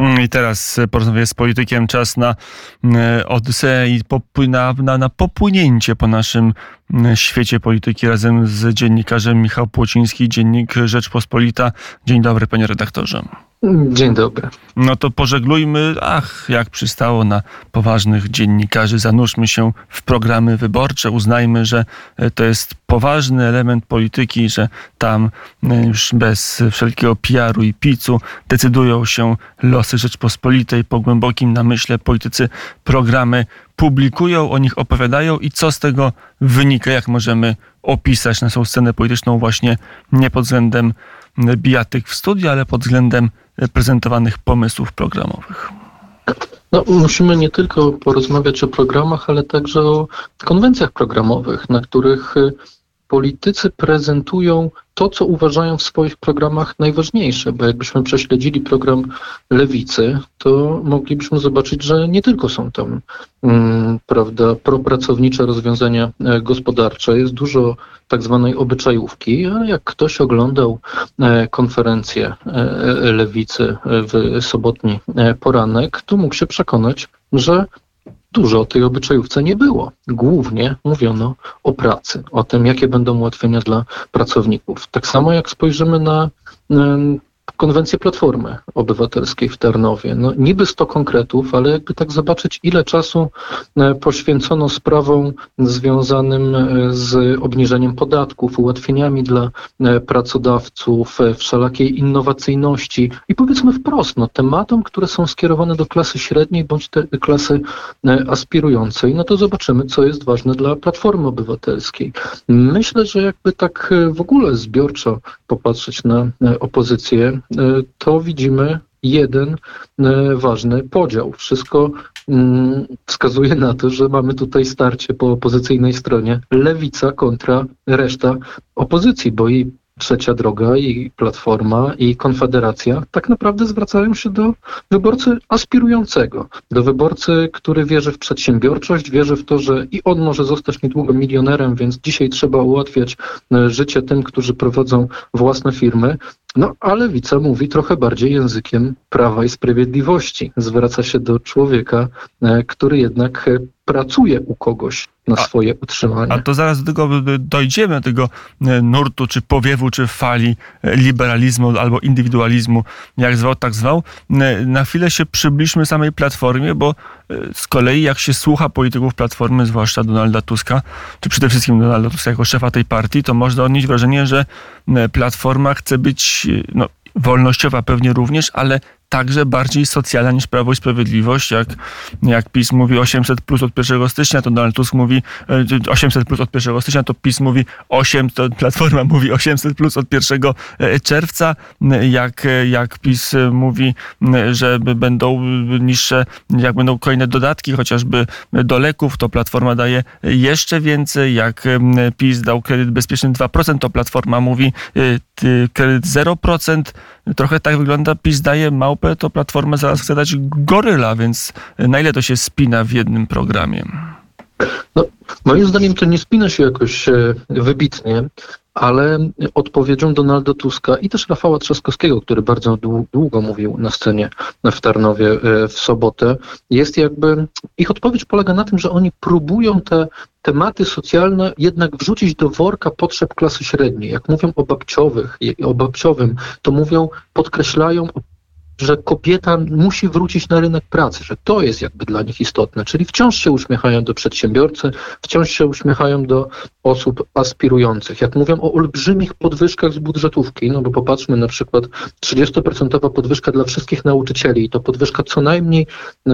I teraz porozmawiamy z politykiem. Czas na odyseję i na popłynięcie po naszym świecie polityki razem z dziennikarzem Michał Płociński, Dziennik Rzeczpospolita. Dzień dobry, panie redaktorze. Dzień dobry. No to pożeglujmy, jak przystało na poważnych dziennikarzy. Zanurzmy się w programy wyborcze. Uznajmy, że to jest poważny element polityki, że tam już bez wszelkiego PR-u i picu decydują się losy Rzeczpospolitej. Po głębokim namyśle politycy programy publikują, o nich opowiadają i co z tego wynika, jak możemy opisać naszą scenę polityczną właśnie nie pod względem bijatyk w studiu, ale pod względem prezentowanych pomysłów programowych. No, musimy nie tylko porozmawiać o programach, ale także o konwencjach programowych, na których politycy prezentują to, co uważają w swoich programach najważniejsze, bo jakbyśmy prześledzili program Lewicy, to moglibyśmy zobaczyć, że nie tylko są tam propracownicze rozwiązania gospodarcze, jest dużo tak zwanej obyczajówki, a jak ktoś oglądał konferencję Lewicy w sobotni poranek, to mógł się przekonać, że dużo o tej obyczajówce nie było. Głównie mówiono o pracy, o tym, jakie będą ułatwienia dla pracowników. Tak samo jak spojrzymy na konwencję Platformy Obywatelskiej w Tarnowie. No, niby 100 konkretów, ale jakby tak zobaczyć, ile czasu poświęcono sprawom związanym z obniżeniem podatków, ułatwieniami dla pracodawców, wszelakiej innowacyjności i powiedzmy wprost, tematom, które są skierowane do klasy średniej bądź klasy aspirującej, no to zobaczymy, co jest ważne dla Platformy Obywatelskiej. Myślę, że jakby tak w ogóle zbiorczo popatrzeć na opozycję, to widzimy jeden ważny podział. Wszystko wskazuje na to, że mamy tutaj starcie po opozycyjnej stronie Lewica kontra reszta opozycji, bo i Trzecia Droga, i Platforma, i Konfederacja tak naprawdę zwracają się do wyborcy aspirującego, do wyborcy, który wierzy w przedsiębiorczość, wierzy w to, że i on może zostać niedługo milionerem, więc dzisiaj trzeba ułatwiać życie tym, którzy prowadzą własne firmy. No, a Lewica mówi trochę bardziej językiem Prawa i Sprawiedliwości. Zwraca się do człowieka, który jednak pracuje u kogoś na swoje utrzymanie. A to zaraz do tego dojdziemy, do tego nurtu, czy powiewu, czy fali liberalizmu albo indywidualizmu, jak zwał, tak zwał. Na chwilę się przybliżmy samej Platformie, bo z kolei jak się słucha polityków Platformy, zwłaszcza Donalda Tuska, czy przede wszystkim Donalda Tuska jako szefa tej partii, to można odnieść wrażenie, że Platforma chce być wolnościowa pewnie również, ale także bardziej socjalna niż Prawo i Sprawiedliwość. Jak PiS mówi 800 plus od 1 stycznia, to Donald Tusk mówi 800 plus od 1 stycznia, to PiS mówi 8, to Platforma mówi 800 plus od 1 czerwca. Jak PiS mówi, że będą niższe, jak będą kolejne dodatki, chociażby do leków, to Platforma daje jeszcze więcej. Jak PiS dał kredyt bezpieczny 2%, to Platforma mówi kredyt 0%. Trochę tak wygląda. PiS daje małpę, to Platforma zaraz chce dać goryla, więc na ile to się spina w jednym programie? No, moim zdaniem to nie spina się jakoś wybitnie, ale odpowiedzią Donalda Tuska i też Rafała Trzaskowskiego, który bardzo długo mówił na scenie w Tarnowie w sobotę, jest jakby, ich odpowiedź polega na tym, że oni próbują te tematy socjalne jednak wrzucić do worka potrzeb klasy średniej. Jak mówią o babciowym, to mówią, podkreślają, że kobieta musi wrócić na rynek pracy, że to jest jakby dla nich istotne, czyli wciąż się uśmiechają do przedsiębiorcy, wciąż się uśmiechają do osób aspirujących. Jak mówią o olbrzymich podwyżkach z budżetówki, no bo popatrzmy na przykład 30% podwyżka dla wszystkich nauczycieli i to podwyżka co najmniej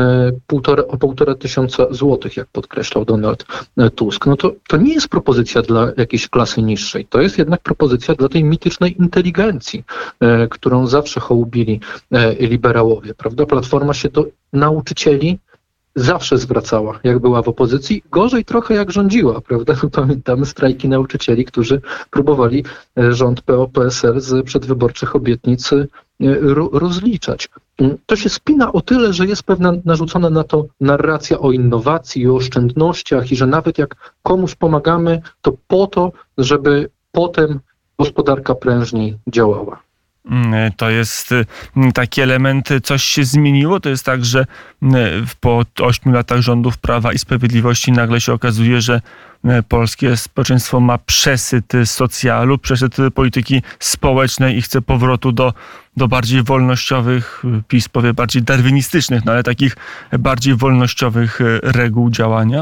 o 1500 złotych, jak podkreślał Donald Tusk. No to nie jest propozycja dla jakiejś klasy niższej, to jest jednak propozycja dla tej mitycznej inteligencji, którą zawsze hołubili liberałowie, prawda? Platforma się do nauczycieli zawsze zwracała, jak była w opozycji. Gorzej trochę jak rządziła, prawda? Pamiętamy strajki nauczycieli, którzy próbowali rząd PO-PSL z przedwyborczych obietnic rozliczać. To się spina o tyle, że jest pewna narzucona na to narracja o innowacji i o oszczędnościach i że nawet jak komuś pomagamy, to po to, żeby potem gospodarka prężniej działała. To jest taki element, coś się zmieniło. To jest tak, że po 8 latach rządów Prawa i Sprawiedliwości nagle się okazuje, że polskie społeczeństwo ma przesyt socjalu, przesyt polityki społecznej i chce powrotu do bardziej wolnościowych, PiS powie bardziej darwinistycznych, no ale takich bardziej wolnościowych reguł działania?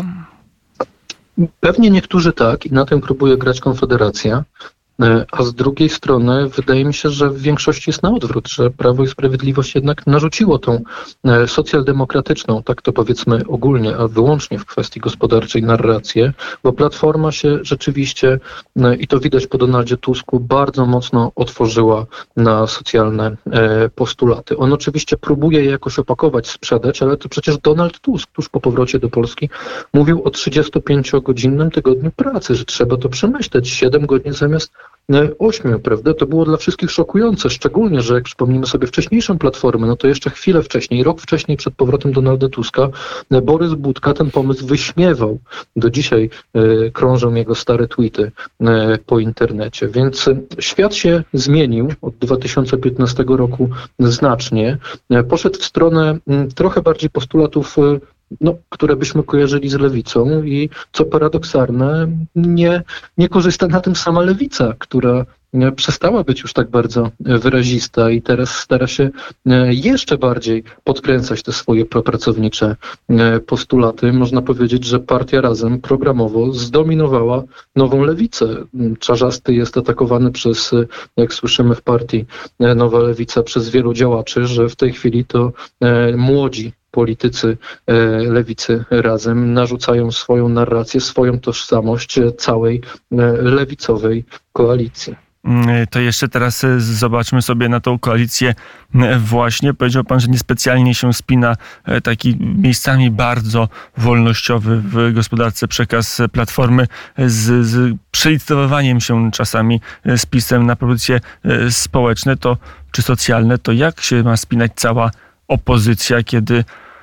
Pewnie niektórzy tak i na tym próbuje grać Konfederacja. A z drugiej strony wydaje mi się, że w większości jest na odwrót, że Prawo i Sprawiedliwość jednak narzuciło tą socjaldemokratyczną, tak to powiedzmy ogólnie, a wyłącznie w kwestii gospodarczej narrację, bo Platforma się rzeczywiście, i to widać po Donaldzie Tusku, bardzo mocno otworzyła na socjalne postulaty. On oczywiście próbuje je jakoś opakować, sprzedać, ale to przecież Donald Tusk tuż po powrocie do Polski mówił o 35-godzinnym tygodniu pracy, że trzeba to przemyśleć, 7 godzin zamiast 8, prawda? To było dla wszystkich szokujące, szczególnie, że jak przypomnimy sobie wcześniejszą Platformę, no to jeszcze chwilę wcześniej, rok wcześniej przed powrotem Donalda Tuska, Borys Budka ten pomysł wyśmiewał. Do dzisiaj krążą jego stare tweety po internecie. Więc świat się zmienił od 2015 roku znacznie. Poszedł w stronę trochę bardziej postulatów, które byśmy kojarzyli z lewicą i co paradoksalne, nie korzysta na tym sama lewica, która przestała być już tak bardzo wyrazista i teraz stara się jeszcze bardziej podkręcać te swoje propracownicze postulaty. Można powiedzieć, że partia Razem programowo zdominowała nową lewicę. Czarzasty jest atakowany przez, jak słyszymy w partii Nowa Lewica, przez wielu działaczy, że w tej chwili to młodzi politycy lewicy Razem narzucają swoją narrację, swoją tożsamość całej lewicowej koalicji. To jeszcze teraz zobaczmy sobie na tą koalicję właśnie. Powiedział pan, że niespecjalnie się spina taki miejscami bardzo wolnościowy w gospodarce przekaz Platformy z przelicytowaniem się czasami z PiS-em na propozycje społeczne czy socjalne. To jak się ma spinać cała opozycja, kiedy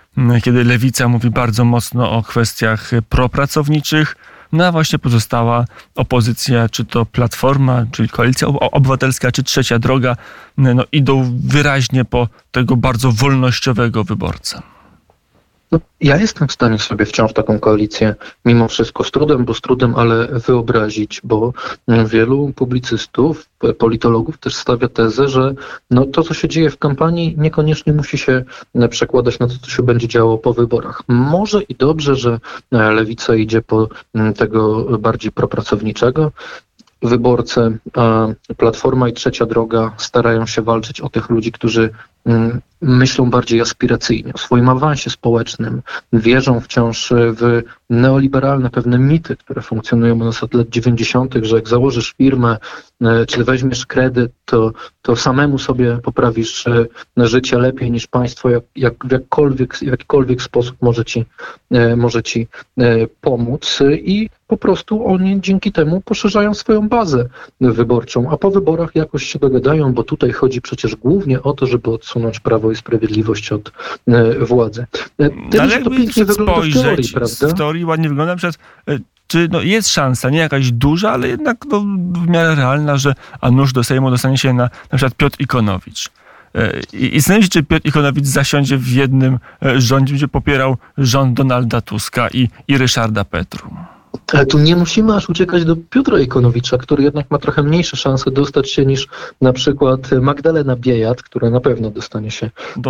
lewica mówi bardzo mocno o kwestiach propracowniczych, a właśnie pozostała opozycja, czy to Platforma, czyli Koalicja Obywatelska, czy Trzecia Droga, idą wyraźnie po tego bardzo wolnościowego wyborcę. Ja jestem w stanie sobie wciąż taką koalicję mimo wszystko z trudem, ale wyobrazić, bo wielu publicystów, politologów też stawia tezę, że to, co się dzieje w kampanii, niekoniecznie musi się przekładać na to, co się będzie działo po wyborach. Może i dobrze, że lewica idzie po tego bardziej propracowniczego wyborcę, a Platforma i Trzecia Droga starają się walczyć o tych ludzi, którzy myślą bardziej aspiracyjnie, o swoim awansie społecznym, wierzą wciąż w neoliberalne pewne mity, które funkcjonują u nas od lat 90., że jak założysz firmę, czy weźmiesz kredyt, to samemu sobie poprawisz życie lepiej niż państwo, w jakikolwiek sposób może ci pomóc i po prostu oni dzięki temu poszerzają swoją bazę wyborczą, a po wyborach jakoś się dogadają, bo tutaj chodzi przecież głównie o to, żeby odsunąć Prawo i Sprawiedliwość od władzy. Ale to pięknie wygląda w teorii, prawda? W teorii ładnie wygląda, czy jest szansa, nie jakaś duża, ale jednak w miarę realna, że nuż do Sejmu dostanie się na przykład Piotr Ikonowicz. I zastanawiam się, czy Piotr Ikonowicz zasiądzie w jednym rządzie, będzie popierał rząd Donalda Tuska i Ryszarda Petru. Ale tu nie musimy aż uciekać do Piotra Ikonowicza, który jednak ma trochę mniejsze szanse dostać się niż na przykład Magdalena Biejat, która na pewno dostanie się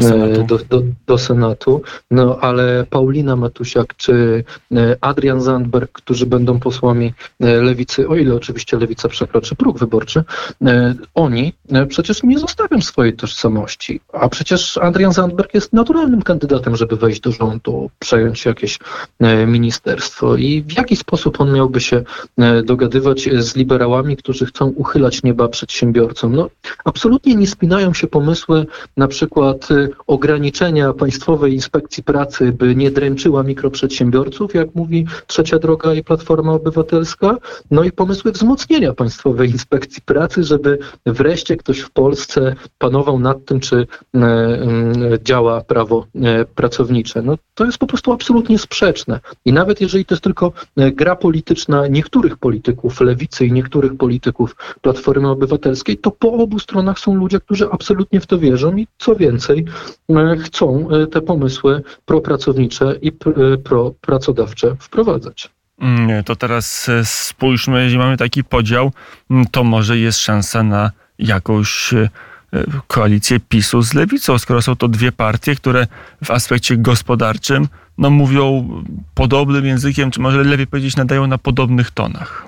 do Senatu. Ale Paulina Matusiak czy Adrian Zandberg, którzy będą posłami lewicy, o ile oczywiście lewica przekroczy próg wyborczy, oni przecież nie zostawią swojej tożsamości. A przecież Adrian Zandberg jest naturalnym kandydatem, żeby wejść do rządu, przejąć jakieś ministerstwo. I w jaki sposób on miałby się dogadywać z liberałami, którzy chcą uchylać nieba przedsiębiorcom? Absolutnie nie spinają się pomysły na przykład ograniczenia Państwowej Inspekcji Pracy, by nie dręczyła mikroprzedsiębiorców, jak mówi Trzecia Droga i Platforma Obywatelska, i pomysły wzmocnienia Państwowej Inspekcji Pracy, żeby wreszcie ktoś w Polsce panował nad tym, czy działa prawo pracownicze. To jest po prostu absolutnie sprzeczne. I nawet jeżeli to jest tylko gra polityczna niektórych polityków Lewicy i niektórych polityków Platformy Obywatelskiej, to po obu stronach są ludzie, którzy absolutnie w to wierzą i co więcej, chcą te pomysły propracownicze i propracodawcze wprowadzać. To teraz spójrzmy, jeśli mamy taki podział, to może jest szansa na jakąś koalicję PiS-u z Lewicą, skoro są to dwie partie, które w aspekcie gospodarczym mówią podobnym językiem, czy może lepiej powiedzieć, nadają na podobnych tonach.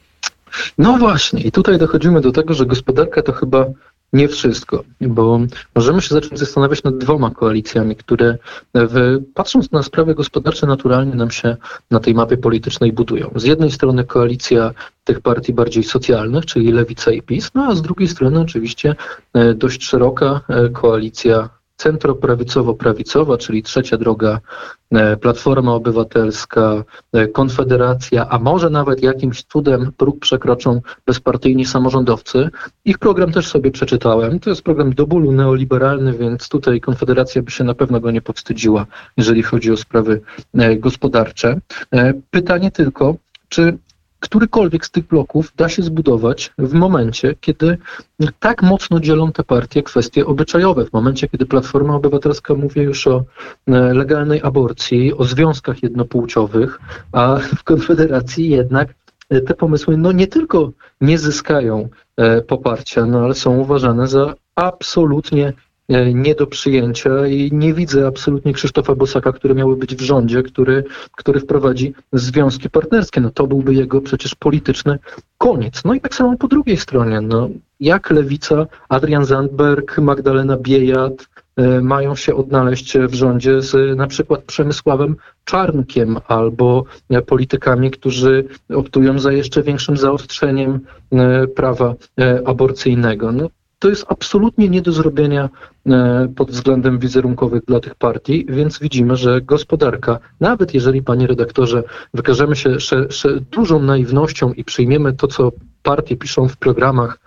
No właśnie, i tutaj dochodzimy do tego, że gospodarka to chyba nie wszystko, bo możemy się zacząć zastanawiać nad dwoma koalicjami, które patrząc na sprawy gospodarcze naturalnie nam się na tej mapie politycznej budują. Z jednej strony koalicja tych partii bardziej socjalnych, czyli Lewica i PiS, a z drugiej strony oczywiście dość szeroka koalicja centroprawicowo-prawicowa, czyli Trzecia Droga, Platforma Obywatelska, Konfederacja, a może nawet jakimś cudem próg przekroczą bezpartyjni samorządowcy. Ich program też sobie przeczytałem. To jest program do bólu neoliberalny, więc tutaj Konfederacja by się na pewno go nie powstydziła, jeżeli chodzi o sprawy gospodarcze. Pytanie tylko, czy którykolwiek z tych bloków da się zbudować w momencie, kiedy tak mocno dzielą te partie kwestie obyczajowe, w momencie, kiedy Platforma Obywatelska mówi już o legalnej aborcji, o związkach jednopłciowych, a w Konfederacji jednak te pomysły nie tylko nie zyskają poparcia, ale są uważane za absolutnie nie do przyjęcia i nie widzę absolutnie Krzysztofa Bosaka, który miałby być w rządzie, który wprowadzi związki partnerskie. To byłby jego przecież polityczny koniec. I tak samo po drugiej stronie, jak Lewica, Adrian Zandberg, Magdalena Biejat mają się odnaleźć w rządzie z na przykład Przemysławem Czarnkiem albo politykami, którzy optują za jeszcze większym zaostrzeniem prawa aborcyjnego. To jest absolutnie nie do zrobienia pod względem wizerunkowym dla tych partii, więc widzimy, że gospodarka, nawet jeżeli, panie redaktorze, wykażemy się dużą naiwnością i przyjmiemy to, co partie piszą w programach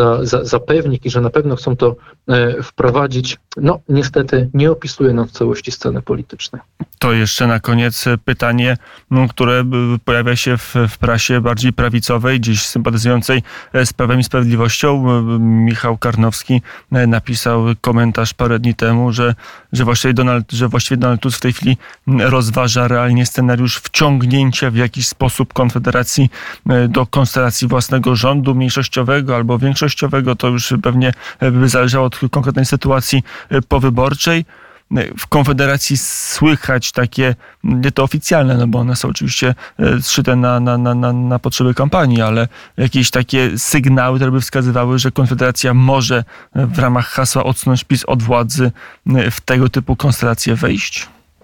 za pewnik i że na pewno chcą to wprowadzić, niestety nie opisuje nam w całości sceny politycznej. To jeszcze na koniec pytanie, które pojawia się w prasie bardziej prawicowej, dziś sympatyzującej z Prawem i Sprawiedliwością. Michał Karnowski napisał komentarz parę dni temu, że właściwie Donald Tusk w tej chwili rozważa realnie scenariusz wciągnięcia w jakiś sposób Konfederacji do konstelacji własnego rządu mniejszościowego albo większościowego. To już pewnie by zależało od konkretnej sytuacji powyborczej. W Konfederacji słychać takie, nie to oficjalne, bo one są oczywiście zszyte na potrzeby kampanii, ale jakieś takie sygnały, które by wskazywały, że Konfederacja może w ramach hasła odsunąć PiS od władzy w tego typu konstelacje wejść?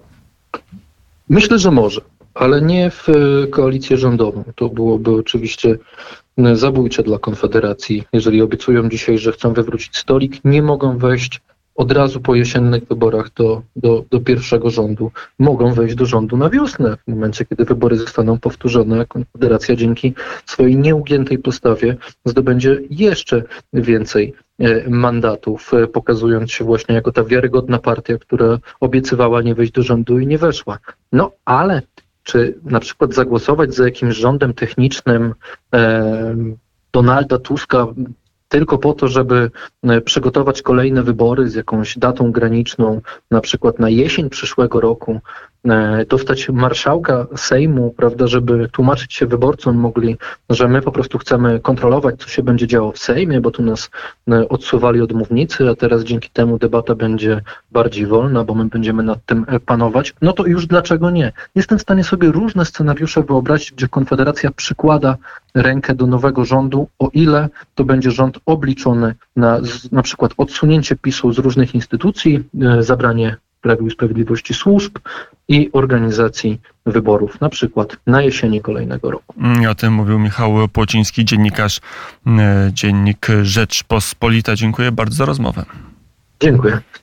Myślę, że może, ale nie w koalicję rządową. To byłoby oczywiście zabójcze dla Konfederacji. Jeżeli obiecują dzisiaj, że chcą wywrócić stolik, nie mogą wejść od razu po jesiennych wyborach do pierwszego rządu. Mogą wejść do rządu na wiosnę, w momencie, kiedy wybory zostaną powtórzone, a Konfederacja dzięki swojej nieugiętej postawie zdobędzie jeszcze więcej mandatów, pokazując się właśnie jako ta wiarygodna partia, która obiecywała nie wejść do rządu i nie weszła. Ale czy na przykład zagłosować za jakimś rządem technicznym Donalda Tuska tylko po to, żeby przygotować kolejne wybory z jakąś datą graniczną, na przykład na jesień przyszłego roku, dostać marszałka Sejmu, prawda, żeby tłumaczyć się wyborcom mogli, że my po prostu chcemy kontrolować, co się będzie działo w Sejmie, bo tu nas odsuwali od mównicy, a teraz dzięki temu debata będzie bardziej wolna, bo my będziemy nad tym panować. To już dlaczego nie? Jestem w stanie sobie różne scenariusze wyobrazić, gdzie Konfederacja przykłada rękę do nowego rządu, o ile to będzie rząd obliczony na przykład odsunięcie PiS-u z różnych instytucji, zabranie Prawu i Sprawiedliwości służb i organizacji wyborów, na przykład na jesieni kolejnego roku. O tym mówił Michał Płociński, dziennikarz, dziennik Rzeczpospolita. Dziękuję bardzo za rozmowę. Dziękuję.